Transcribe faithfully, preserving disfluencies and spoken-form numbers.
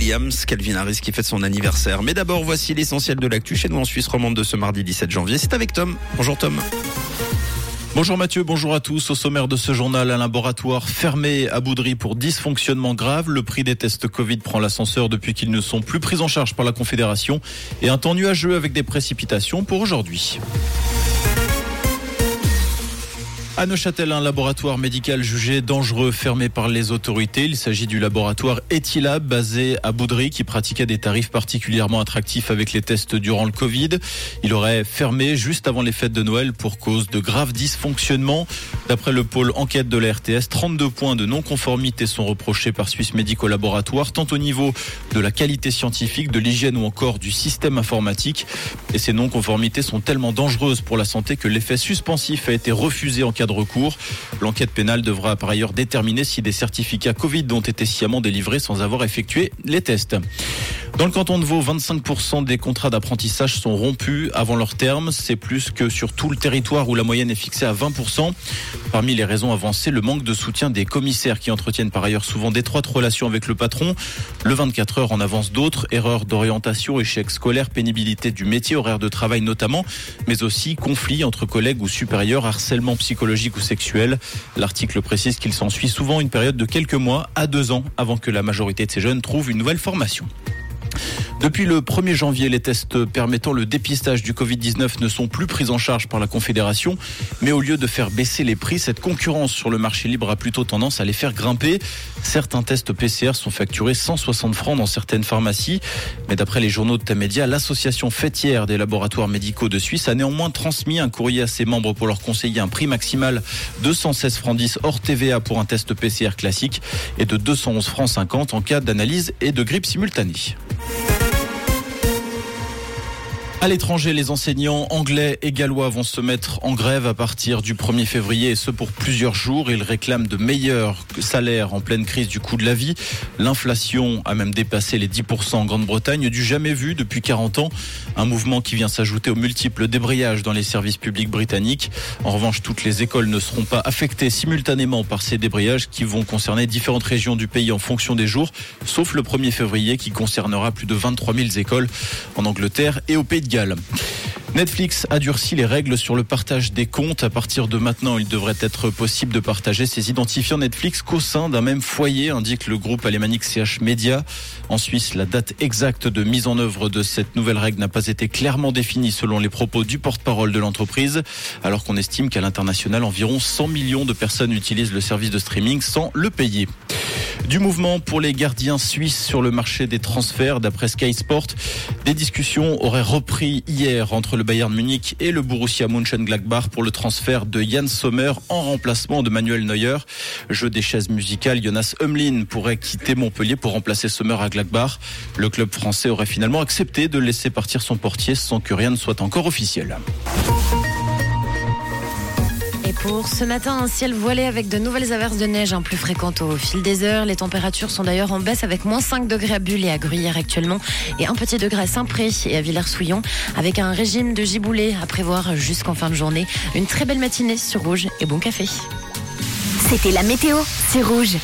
Williams, Calvin Harris qui fête son anniversaire. Mais d'abord, voici l'essentiel de l'actu chez nous en Suisse romande de ce mardi dix-sept janvier. C'est avec Tom. Bonjour Tom. Bonjour Mathieu, bonjour à tous. Au sommaire de ce journal, un laboratoire fermé à Boudry pour dysfonctionnement grave. Le prix des tests Covid prend l'ascenseur depuis qu'ils ne sont plus pris en charge par la Confédération. Et un temps nuageux avec des précipitations pour aujourd'hui. À Neuchâtel, un laboratoire médical jugé dangereux fermé par les autorités. Il s'agit du laboratoire Etilab basé à Boudry qui pratiquait des tarifs particulièrement attractifs avec les tests durant le Covid. Il aurait fermé juste avant les fêtes de Noël pour cause de graves dysfonctionnements. D'après le pôle enquête de la R T S, trente-deux points de non-conformité sont reprochés par Suisse Medico Laboratoire, tant au niveau de la qualité scientifique, de l'hygiène ou encore du système informatique. Et ces non-conformités sont tellement dangereuses pour la santé que l'effet suspensif a été refusé en cas de recours. L'enquête pénale devra par ailleurs déterminer si des certificats Covid ont été sciemment délivrés sans avoir effectué les tests. Dans le canton de Vaud, vingt-cinq pour cent des contrats d'apprentissage sont rompus avant leur terme. C'est plus que sur tout le territoire où la moyenne est fixée à vingt pour cent. Parmi les raisons avancées, le manque de soutien des commissaires qui entretiennent par ailleurs souvent d'étroites relations avec le patron. Le vingt-quatre heures en avance d'autres, erreurs d'orientation, échecs scolaires, pénibilité du métier, horaire de travail notamment, mais aussi conflits entre collègues ou supérieurs, harcèlement psychologique ou sexuel. L'article précise qu'il s'ensuit souvent une période de quelques mois à deux ans avant que la majorité de ces jeunes trouvent une nouvelle formation. Depuis le premier janvier, les tests permettant le dépistage du Covid dix-neuf ne sont plus pris en charge par la Confédération. Mais au lieu de faire baisser les prix, cette concurrence sur le marché libre a plutôt tendance à les faire grimper. Certains tests P C R sont facturés cent soixante francs dans certaines pharmacies. Mais d'après les journaux de Tamedia, l'association fêtière des laboratoires médicaux de Suisse a néanmoins transmis un courrier à ses membres pour leur conseiller un prix maximal de cent seize francs dix hors T V A pour un test P C R classique et de deux cent onze francs cinquante en cas d'analyse et de grippe simultanée. À l'étranger, les enseignants anglais et gallois vont se mettre en grève à partir du premier février et ce pour plusieurs jours. Ils réclament de meilleurs salaires en pleine crise du coût de la vie. L'inflation a même dépassé les dix pour cent en Grande-Bretagne, du jamais vu depuis quarante ans. Un mouvement qui vient s'ajouter aux multiples débrayages dans les services publics britanniques. En revanche, toutes les écoles ne seront pas affectées simultanément par ces débrayages qui vont concerner différentes régions du pays en fonction des jours, sauf le premier février qui concernera plus de vingt-trois mille écoles en Angleterre et au Pays de Galles. Netflix a durci les règles sur le partage des comptes. À partir de maintenant, il devrait être possible de partager ses identifiants Netflix qu'au sein d'un même foyer, indique le groupe alémanique C H Media. En Suisse, la date exacte de mise en œuvre de cette nouvelle règle n'a pas été clairement définie selon les propos du porte-parole de l'entreprise, alors qu'on estime qu'à l'international, environ cent millions de personnes utilisent le service de streaming sans le payer. Du mouvement pour les gardiens suisses sur le marché des transferts. D'après Sky Sport, des discussions auraient repris hier entre le Bayern Munich et le Borussia Mönchengladbach pour le transfert de Jan Sommer en remplacement de Manuel Neuer. Jeu des chaises musicales, Jonas Hümmelin pourrait quitter Montpellier pour remplacer Sommer à Gladbach. Le club français aurait finalement accepté de laisser partir son portier sans que rien ne soit encore officiel. Pour ce matin, un ciel voilé avec de nouvelles averses de neige hein, plus fréquentes au fil des heures. Les températures sont d'ailleurs en baisse avec moins cinq degrés à Bulle et à Gruyère actuellement et un petit degré à Saint-Pré et à Villers-Souillon avec un régime de giboulée à prévoir jusqu'en fin de journée. Une très belle matinée sur Rouge et bon café. C'était la météo, c'est Rouge.